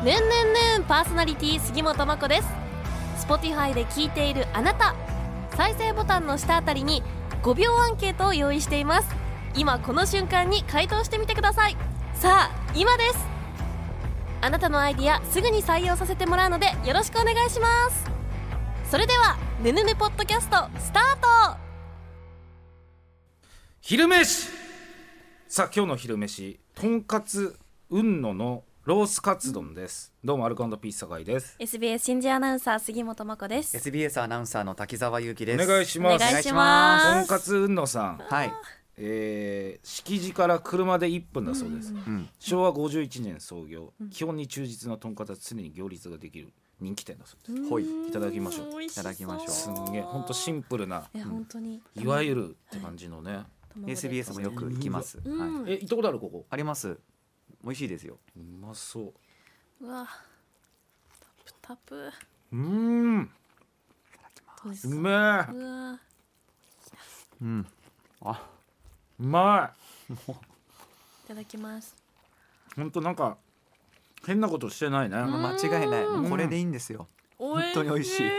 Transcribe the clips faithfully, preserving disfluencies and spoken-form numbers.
ねんねんねんパーソナリティ杉本真子です。 Spotify で聞いているあなた、再生ボタンの下あたりにごびょうアンケートを用意しています。今この瞬間に回答してみてください。さあ今です。あなたのアイディアすぐに採用させてもらうのでよろしくお願いします。それではねぬねポッドキャストスタート。 昼飯。さあ今日の昼飯、とんかつうんののロースカツ丼です。どうもアルコ&ピース酒井です。 エスビーエス 新人アナウンサー杉本真子です。 エスビーエス アナウンサーの滝沢祐希です。 お願いします。 お願いします。 とんかつうんのさん、 はい、 えー、敷地から車でいっぷんだそうです、 うんうん、 しょうわごじゅういちねん創業、 うん、 基本に忠実なとんかつは常に行列ができる人気店だそうです。 ほい、 いただきましょう。 いただきましょう。 すんげえほんとシンプルな、 いや本当にいわゆるって感じのね、 エスビーエス もよく行きます、 うんはい、 え行ったことあるここ？ あります。美味しいですよ。 うまそう。 うわタプタプ。 うーん、 どうですうめえ。 うわうん、あ、 うまい。 いただきます。 ほんとなんか変なことしてないね。 間違いない。 うんこれでいいんですよ。 本本当に美味しい。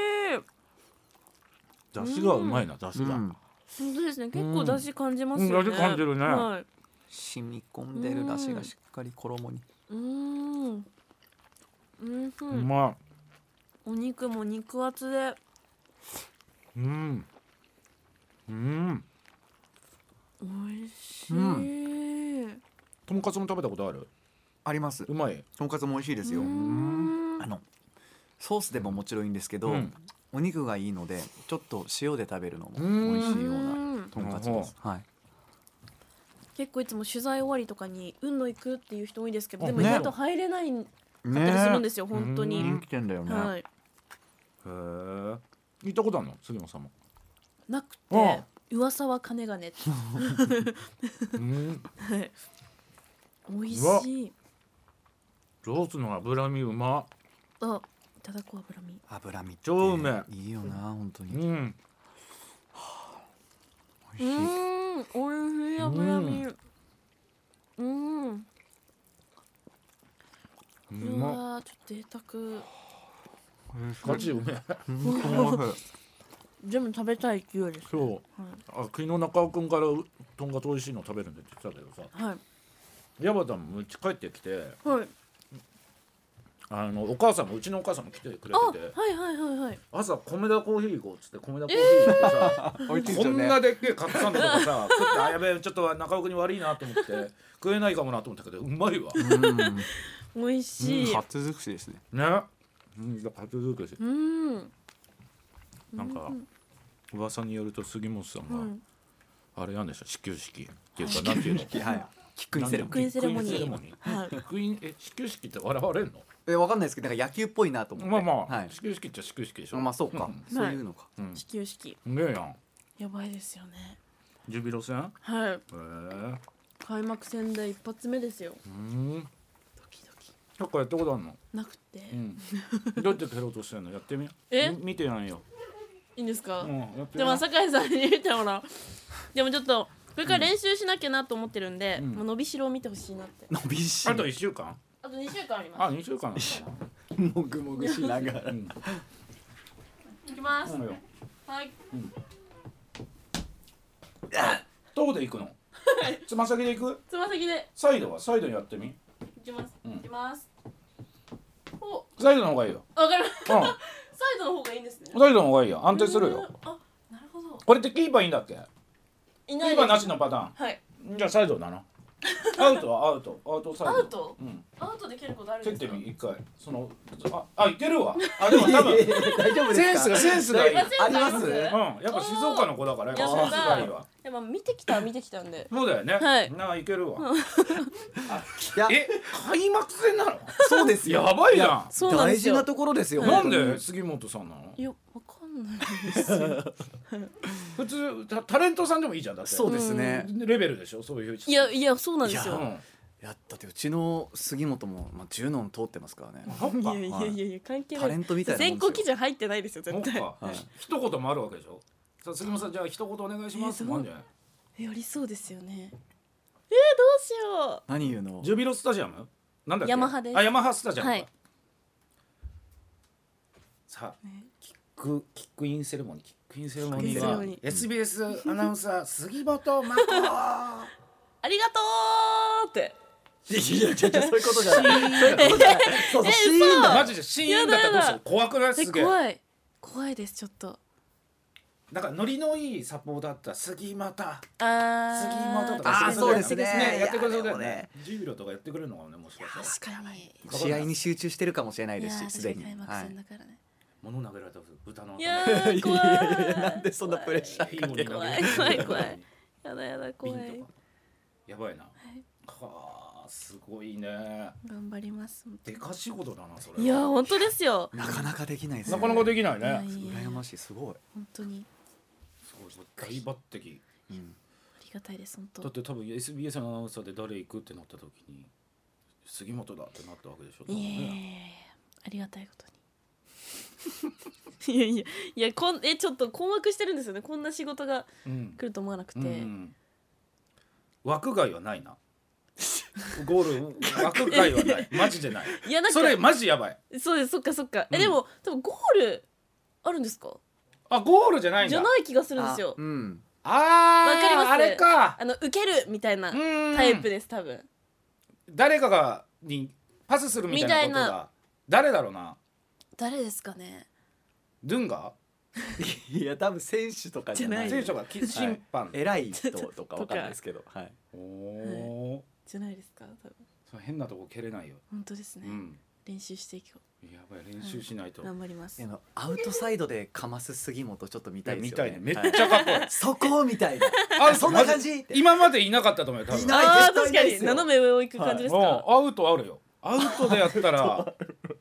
出汁がうまいな、出汁が、 うん、 本当ですね。結構出汁感じますよね。 うん出汁感じるねはい。 染み込んでる出汁がしっかり衣に。 うーん。うんう。 うんまお肉も肉厚で。 い。うんうん美味しい。 うとんかつも食べたことある？ あります。 うまい。 とんかつも美味しいですよ。 うーんあのソースでももちろんいいんですけど、 うんお肉がいいのでちょっと塩で食べるのも美うん味しいよううなんとんかつです。はい。 結構いつも取材終わりとかに運の行くっていう人多いんですけど、 あでも意外と入れないかったりするんですよ、本当に。 ね人気店だよね。 はい。 へえ。行ったことあるの？杉野さんも。 なくあて噂は金がねって。 うんはい。美味うわしい。 ロースの脂身うま。 あ、いただこう脂身。 脂身って超うめえ。 いいよな本当に。 うん美味しい。 うーん、美味しい脂身。うーん。 ううま。 わー、ちょっと贅沢。 ガチうめえ。 うん美味しい。 全部食べたい勢いです、ね。 そう。 はい。 あ、昨日中尾くんからうとんかつ美味しいの食べるんでって言ってたけどさ、 はい。 矢端もむっちゃ帰ってきて、 はい。 あのお母さんもうちのお母さんも来てくれあ、 てて、 はいはいはいはい。 朝米田コーヒー行こうっつって米田コーヒー行ってさ、 美味しいですこよね。 んなでっけえカツサンドとかさ食って、あやべえちょっと中尾くんに悪いなと思って食えないかもなと思ったけどうまいわうん、 美味しい。 初尽くしですね。 ね。うん、初尽くし。 うーん。 なんか噂によると杉本さんが、 うん。 あれなんでしょ、始球式っていうかなんていうの、 はい。キックインセレモクイーンセレモニー。 キックインセレモニーはい。 キックインえ始球式って笑われんの？ え、わかんないですけど、なんか野球っぽいなと思って。 まあまあ、 はい。 始球式っちゃ始球式でしょ。 まあそうか、 んそういうのか。 うん、 始球式。 ねえやん。 やばいですよね。 ジュビロ戦？へはい。 え。 開幕戦で一発目ですよ。 うん。 ドキドキ。 サッカーやったことあるの？ なくて。 うん。どうやって蹴ろうとしてんの？やってみ。 えみ見てやんよ。 いいんですか？ うん。やってみ。 でも酒井さんに見てもらう。でもちょっとこれから練習しなきゃなと思ってるんで、 うんもう伸びしろを見てほしいなって。 伸びしあと一週間？ あとにしゅうかんありあ、 ます。 二週間なんだもぐもぐしながら。 うん。 いきます。 そうよ。 はい。 どこで行くの？つま先で行く？ つま先でサイドはサイドにやってみ。 いきます。 うんいきます。お、 サイドの方がいいよ。 わかりました。 うん。 サイドの方がいいんですね。 サイドの方がいいよ。安定するよ。 うん。あ、なるほど。 これってキーパーいいんだっけ？ いキないです。 ーパーなしのパターン。 はい。 じゃあサイドだな。アウトはアウト、アウトサイド。 アウト？ うん。 アウトで蹴ることあるん蹴っですか？ てみ一回。そのああいけるわ。あでも多分大丈夫センスがセンスがいい。うん。 あセンスありますやっぱ静岡の子だからやっぱセンスがいいわ。 でも見てきた見てきたんで。 そうだよね。 はいなあいけるわ。 いや、 え開幕戦なの？ そうですよ。 やばいじゃん。 そうなんですよ。 大事なところですよ。 なん本当にで杉本さんなの？ いや、わかんないですよ。 普通タタレントさんでもいいじゃんだって。 そうですね。 レベルでしょそういう。 いやいや、そうなんですよ。 うん。 いや、だってうちの杉本もまあじゅうのん通ってますからね。 そっか。 いやいやいやいや、関係ない。 タレントみたいなもんですよ選考基準入ってないですよ、 そっ絶対。 か。 はい一言もあるわけでしょ。さあ杉本さんじゃあ一言お願いします。 えーもあるんじゃない？ え、ありそうですよね。えー、どうしよ何言うの？ ジュビロスタジアム？なんだっけ？ ヤマハですあ、ヤマハスタジアムか。 はいさあねキックキックインセレモニーキックインセレモニーはキックインセレモニーエスビーエス アナウンサー杉本真子ありがとうっていやいや違う違うそういうことじゃないそういうことじゃないそうそうシーンだマジでシーンだったらどうする怖くないえすげえ怖い怖いですちょっとなんかノリのいいサポーターだったら杉本あ杉ー本とかあーそうですねねやってくれそうだよいやねジュビロとかやってくれるのかもねもしかしたら確かに試合に集中してるかもしれないいやーですしすでに確かに開幕はい戦だからね物投げられたら豚の頭いやー怖いいやいやいやなんでそんなプレッシャーいいもんに投げられ怖いる怖い怖いやだやだビ怖いンとかやばいな、はあすごいね頑張ります本当にでか仕事だなそれいやー本当ですよなかなかできないですよなかなかできないいやねいや羨ましいすごい、 本当にすごい大抜擢うん、 ありがたいです本当だって多分 エスビーエス のアナウンサーで誰行くってなった時に杉本だってなったわけでしょ多分いやいやいやいねやありがたいことにいやいやいやこんえちょっと困惑してるんですよねこんな仕事がうん来ると思わなくて、 うん枠外はないなゴール枠外はないマジでないいやなんかそれマジやばいそうですそっかそっか、 うんえでも多分ゴールあるんですかあゴールじゃないんだじゃない気がするんですよあうんあーわかりますあれかあの受けるみたいなうんタイプです多分誰かがにパスするみたいなことみたいだ誰だろうな誰ですかねドゥンガいや多分選手とかじゃないじゃ選手がき審判、 偉い人とかわかんないですけど、はい、 おおじゃないですか多分ー変なとこ蹴れないよ、 本当ですね、 うん練習していこやばい練習しないと、 う頑張りますあのアウトサイドでかます杉本ちょっと見たいですよね見たいねめっちゃかっこいい、 そこみたいなあそんな感じって今までいなかったと思うよ多分いないあー確かに絶対いないですよ斜め上を行く感じですか、 うんアウトあるよアウトでやったら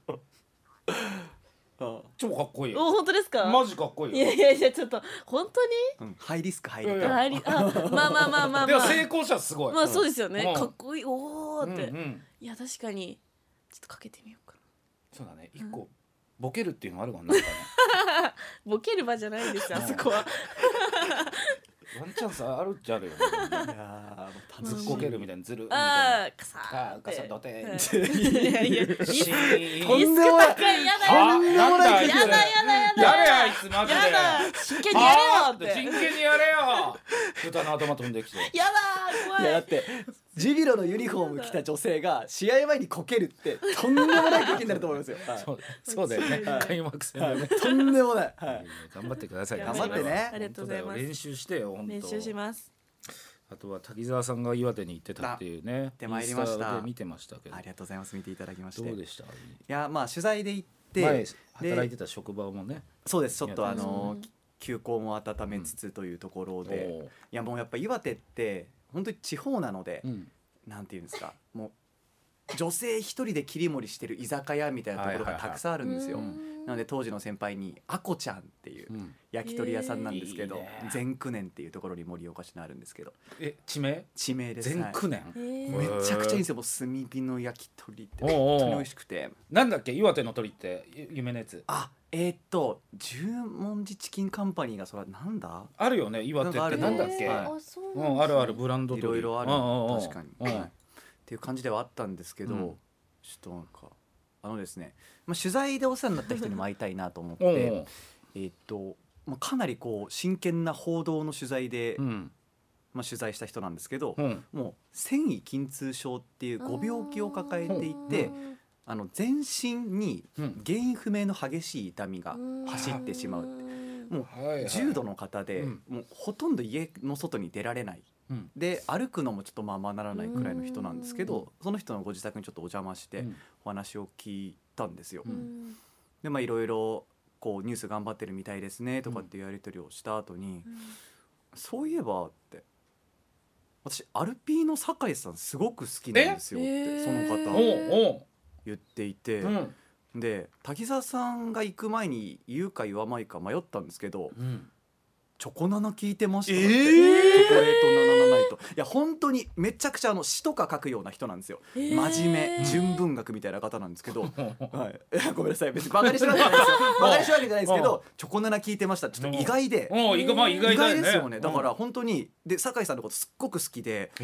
うん超かっこいいよお本当ですかマジかっこいいよいやいやいやちょっと本当にうんハイリスクハイリいやいやスクありあまあまあまあまあまあでも成功者すごい、 まあそうですよね、 うんかっこいいおーって、 うんうんいや確かにちょっとかけてみようかそうだね一個ボケるっていうのあるもんなんかねなボケる場じゃないんですよあそこはワンチャンスあるっちゃあるよねいやーもう楽しいずっこけるみたいなずるみたいなああかさあーかさどてはいいやいやリスシクーンとんでもない高いやだあやとんでもないだやだやだやだやれあいつマジでやだ真剣にやれよあーって真剣にやれよ豚の頭飛んできてやだ怖いいやだってジュビロのユニフォーム着た女性が試合前にこけるってとんでもないことになると思いますよ、はいそうそうだよねはい開幕戦でねとんでもない、はい、 頑張ってください頑張ってねありがとうございます練習してよ本当練習しますあとは滝沢さんが岩手に行ってたっていうねてまいりましたインスタで見てましたけどありがとうございます見ていただきましてどうでしたいやまあ取材で行って前で働いてた職場もねそうですちょっとあのうん休校も温めつつというところで、 おーいやもうやっぱ岩手って本当に地方なので、 うんなんていうんですかもう女性一人で切り盛りしてる居酒屋みたいなところがたくさんあるんですよ、 うんなので当時の先輩にあこちゃんっていううん焼き鳥屋さんなんですけど、 へーいいね全九年っていうところに盛岡市にあるんですけどえ地名地名です全九はい年えめーちゃくちゃいいんですよもう炭火の焼き鳥っておうおう本当に美味しくてなんだっけ岩手の鳥ってゆ夢のやつあえー、っと十文字チキンカンパニーがそれはなんだあるよね岩手ってなんだっけ、 はいあそううなんん、あるあるブランドい鳥ろいろあるうんうんうん確かに、 うんはい、っていう感じではあったんですけど、 うんちょっとなんかあのですね、まあ、取材でお世話になった人にも会いたいなと思っおうおてうえーっと、まあ、かなりこう真剣な報道の取材で、 うんまあ、取材した人なんですけど、 うんもう繊維筋痛症っていうご病気を抱えていて、 うんあの全身にうん原因不明の激しい痛みが走ってしまう、もはいはいう重度の方で、 うんもうほとんど家の外に出られないうんで歩くのもちょっとままならないくらいの人なんですけど、その人のご自宅にちょっとお邪魔してうんお話を聞いたんですよ。 うんでまあいろいろこうニュース頑張ってるみたいですねとかっていうやり取りをした後に、そういえばって私アルピーの酒井さんすごく好きなんですよっえてそのえ方おうおう言っていて、 うんで滝沢さんが行く前に言うか言わないか迷ったんですけどうんチョコナナ聞いてましたって、 えーチョコレートナナナナイトいや本当にめちゃくちゃあの詩とか書くような人なんですよ、 えー真面目純文学みたいな方なんですけど、はい、いやごめんなさい別にバカにしてるわけじゃないですよバカにしてるわけじゃないですけどチョコナナ聞いてましたちょっと意外でおう意外まあ意外意だよね外ですよねだからうん本当にで酒井さんのことすっごく好きでえ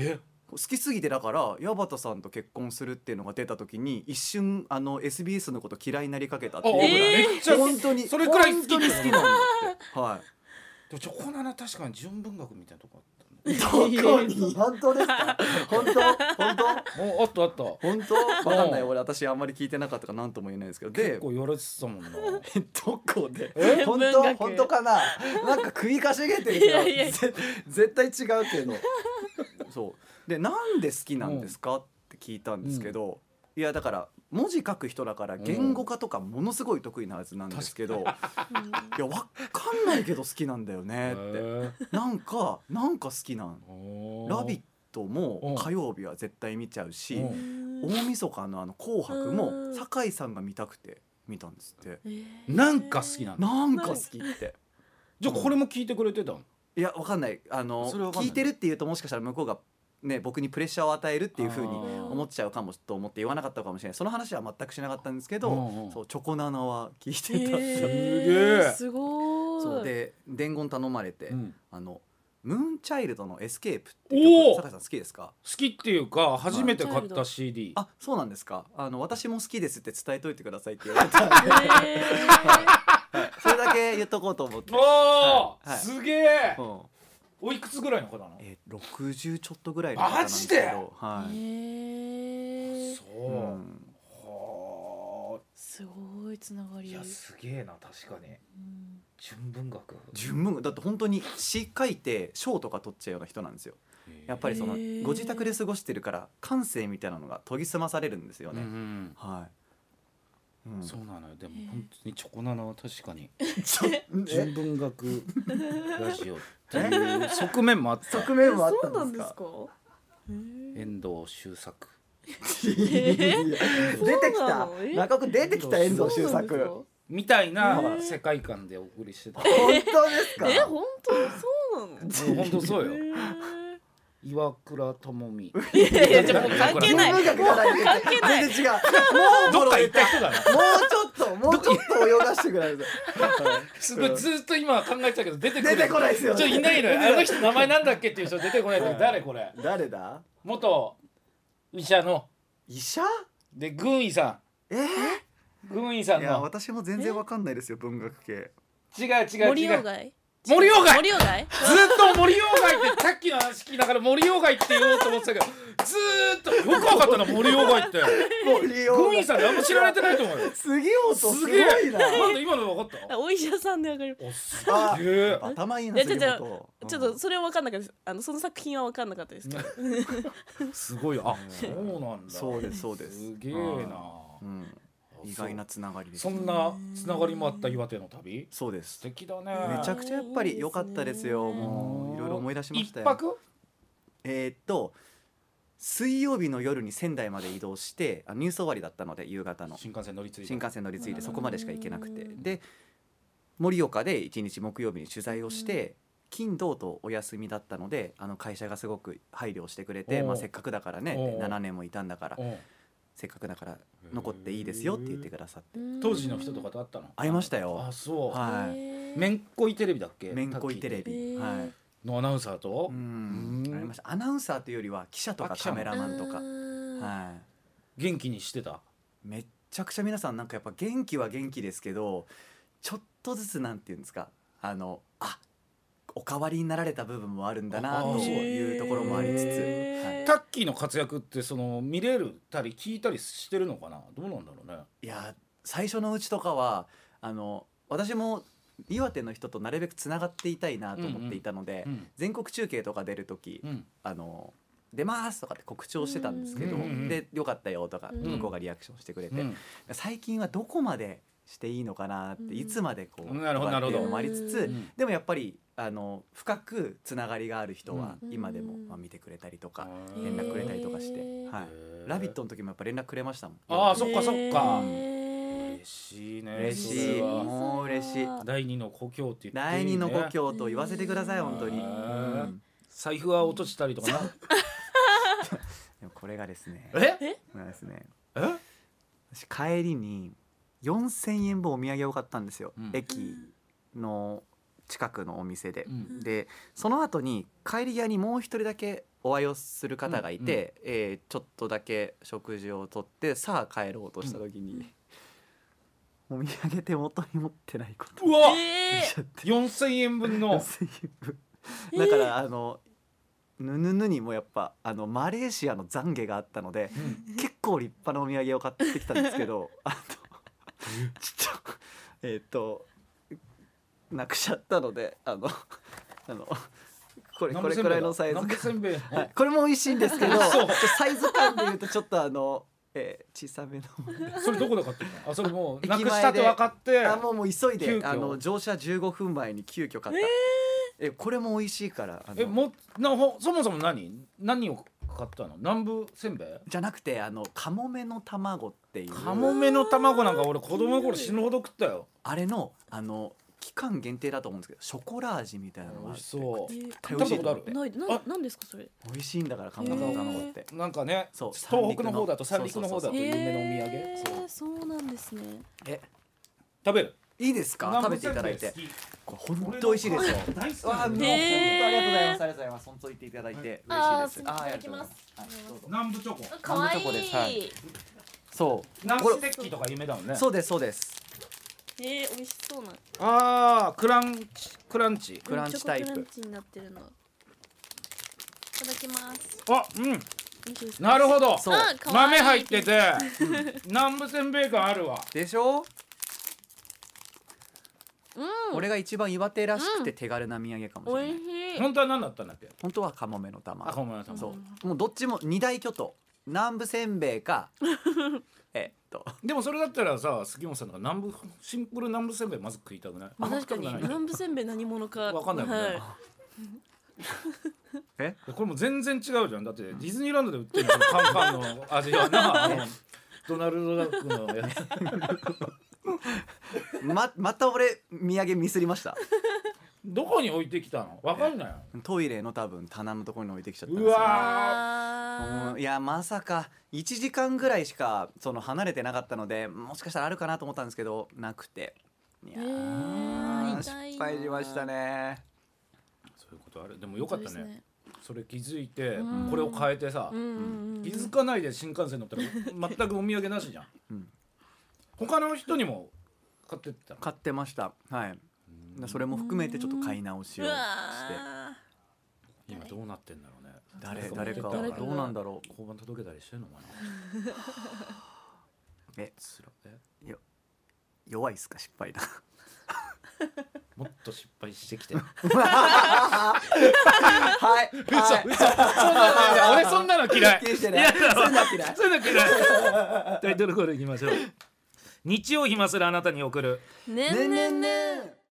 好きすぎてだから矢端さんと結婚するっていうのが出た時に一瞬あの エスビーエス のこと嫌いになりかけたっていうぐらい、 えーめっちゃ本当にそれくらい好き本当に好きなんだってはいでもチョコナナ確かに純文学みたいなとこあったどこに本当ですか本当本当のおあったあった本当わかんない俺私あんまり聞いてなかったから何とも言えないですけどで結構言われてたもんなえどこでえ本文学当本当かななんか食いかしげてるけどいやいやぜ絶対違うけどそうでなんで好きなんですかって聞いたんですけど、いやだから文字書く人だから言語化とかものすごい得意なはずなんですけど、いやわかんないけど好きなんだよねってなんかなんか好きなん「ラビット!」も火曜日は絶対見ちゃうし大晦日のあの紅白も酒井さんが見たくて見たんですってなんか好きなんだなんか好きってじゃあこれも聞いてくれてたのいやわかんないあのそれわかんない聞いてるっていうともしかしたら向こうがね僕にプレッシャーを与えるっていう風にあー思っちゃうかもと思って言わなかったかもしれないその話は全くしなかったんですけど、 うんうんそうチョコナナは聞いてたって、 えーすすごいそうで伝言頼まれて、 うんあのムーンチャイルドのエスケープっておー曲酒井さん好きですか？ 好きっていうか初めて買った シーディーあそうなんですかあの私も好きですって伝えといてくださいって言われたんで、 えはいそれだけ言っとこうと思って、 おー、 はいはいすげえうんおいくつぐらいの子なのえー、ろくじゅうちょっとぐらいの方なんですけどマジではい、 ーそう、 うんはすごいつながりあいやすげえな確かにうん純文学純文だって本当に詩書いて賞とか取っちゃうような人なんですよやっぱりそのへーご自宅で過ごしてるから感性みたいなのが研ぎ澄まされるんですよね、 うんうんはい、うん、 そうなのよでもへえ本当にチョコナナは確かにちょ純文学ラジオっていう側面もあった側面もあったそうんなんでかですすかへー遠藤周作いや出てきそうなたのえ中国出てきた遠藤周そうなんです作かみたいなへえ世界観でお送りしてた本当ですかえ本当そうなのうん本当そうよへー岩倉智美いやいやちょっと関係ない純文学じゃない関係ない全然違うもうどっか行ったも人だなうちょっともうちょっと泳がしてくださいすごいずっと今考えてたけど出てこない出てこないですよねちょいないのよあの人名前なんだっけっていう人出てこないんだけど誰これ誰だ元医者の医者で軍医さえーん軍医さんいやの私も全然わかんないですよ文学系違う違う違う森鴎外森鴎外森鴎外ずっと森鴎外ってさっきの話聞きながら森鴎外って言おうと思ってたけどずーっとよく分かったな森鴎外って森鴎外軍医さんであんま知られてないと思うよ杉本すごすげえいななんで今の分かったお医者さんでわかるおすあげえ頭いいな杉いやじゃあ本ちょっとそれは分かんなかったですあのその作品は分かんなかったですけどすごいよあそうなんだそうですそうですすげえなうん意外なつながりですそんなつながりもあった岩手の旅そうです素敵だねめちゃくちゃやっぱり良かったですよいいですねもういろいろ思い出しましたよ一泊えーっと水曜日の夜に仙台まで移動してあニュース終わりだったので夕方の新幹線乗り継いだ新幹線乗り継いでそこまでしか行けなくてうんで盛岡でいちにち木曜日に取材をして金土とお休みだったのであの会社がすごく配慮をしてくれて、 おうまあ、せっかくだからねおうななねんもいたんだからうんせっかくだから残っていいですよって言ってくださって当時の人とかと会ったの会いましたよあそうはいめんこいテレビだっけめんこいテレビ、 へーはいのアナウンサーとうんうんありましたアナウンサーというよりは記者とかあ記者もカメラマンとか、 ははい、 元気にしてためっちゃくちゃ皆さんなんかやっぱ元気は元気ですけどちょっとずつなんていうんですかあのあお変わりになられた部分もあるんだなとあーそういうところもありつつ、 へーはい、 タッキーの活躍ってその見れるたり聞いたりしてるのかなどうなんだろうねいや最初のうちとかはあの私も岩手の人となるべくつながっていたいなと思っていたので、 うん全国中継とか出る時、 うんあの出ますとかって告知をしてたんですけど、 うんうんうんでよかったよとかうん向こうがリアクションしてくれて、 うん最近はどこまでしていいのかなって、 うんいつまでこうなるほどとかっていうのなるほどもありつつ、 うんでもやっぱりあの深くつながりがある人はうん今でも、まあ、見てくれたりとか、連絡くれたりとかして、 へーはいへーラビットの時もやっぱ連絡くれましたもん。 あーそっかそっかへー嬉しいね嬉しいそれはもう嬉しい第二の故郷って言っていいね第二の故郷と言わせてください、 うん本当に、 へーうん財布は落としたりとかなでもこれがですねえこれがですねえ私帰りによんせんえん分お土産を買ったんですよ、 うん駅の近くのお店で、 うんでその後に帰り際にもう一人だけお会いをする方がいて、うんうん、えー、ちょっとだけ食事をとってさあ帰ろうとした時に、うん、お土産手元に持ってないことうわ、えー、よんせんえんぶんのよんせんえんぶんだから、あのぬぬぬにもやっぱあのマレーシアの懺悔があったので、うん、結構立派なお土産を買ってきたんですけどあのちょっとえっ、ー、となくしちゃったので、あのあのこれこれくらいのサイズ感、はい、これも美味しいんですけどサイズ感でいうとちょっとあの、えー、小さめのそれどこで買ってるの？あ、それもうなくしたって分かってあもうもう急いであの乗車じゅうごふんまえに急遽買った、えー、えこれも美味しいからあのえもなほそもそも何何を買ったの？南部せんべいじゃなくてあのカモメの卵っていうカモメの卵なんか俺子供の頃死ぬほど食ったよ。 あれのあの期間限定だと思うんですけどショコラ味みたいなのがあってそう、 えー、 食べたことある？ ないななんですかそれ？ 美味しいんだからカモメの卵って、 なんかねそう東北の方だと三陸の方だと有名なお土産、 えー、そうなんですね。 え食べる？ いいですか？食べていただいてこれ本当美味しいですよ。 大好き。 わあ、もう本当ありがとうございます。ありがとうございます。本当言っていただいて嬉しいです。 あー、すみません、いただきます。 南部チョコ。 かわいい。 南部チョコです。はい。そう。 ナステッキとか有名だもんね。 そうですそうです。 えー、美味しそうな。 ああ、クランチクランチクランチタイプ。 クランチになってるの。いただきます。 あ、うん。なるほど。 そう。 豆入ってて南部せんべい感あるわ。 でしょ？ うん、 俺が一番岩手らしくて手軽な土産かもしれない。 美味しい。 本当は何だったんだっけ？ 本当はカモメの卵。 あ、カモメの卵。 そう。もうどっちも二大巨頭。南部せんべいかえっとでもそれだったらさ杉本さんが南部シンプル南部せんべいまず食いたくない？ まあ、確かに南部せんべい何者かわかんないもんね、はい、 えこれも全然違うじゃん。だってディズニーランドで売ってるカンカンの味はなあのドナルドダックのやつま, また俺土産ミスりました。 どこに置いてきたの？わかんないよ。 トイレの多分棚のところに置いてきちゃったんですよ。 うわいやまさかいちじかんぐらいしかその離れてなかったのでもしかしたらあるかなと思ったんですけどなくて、いやー失敗しましたね。 そういうことある。でもよかった ね, ねそれ気づいてこれを変えてさ、気づかないで新幹線乗ったら全くお土産なしじゃん、うん、他の人にも買ってった？ 買ってました。はい。それも含めてちょっと買い直しをして今どうなってんだろうね。 誰誰かどうなんだろう。 交番届けたりしてんのかなえつらえよ弱いっすか？失敗だもっと失敗してきてはい嘘嘘俺そんなの嫌い嫌い嫌いそういうの嫌いそういうの嫌いタイトルコールいきましょう。日曜暇するあなたに送るねんねんねん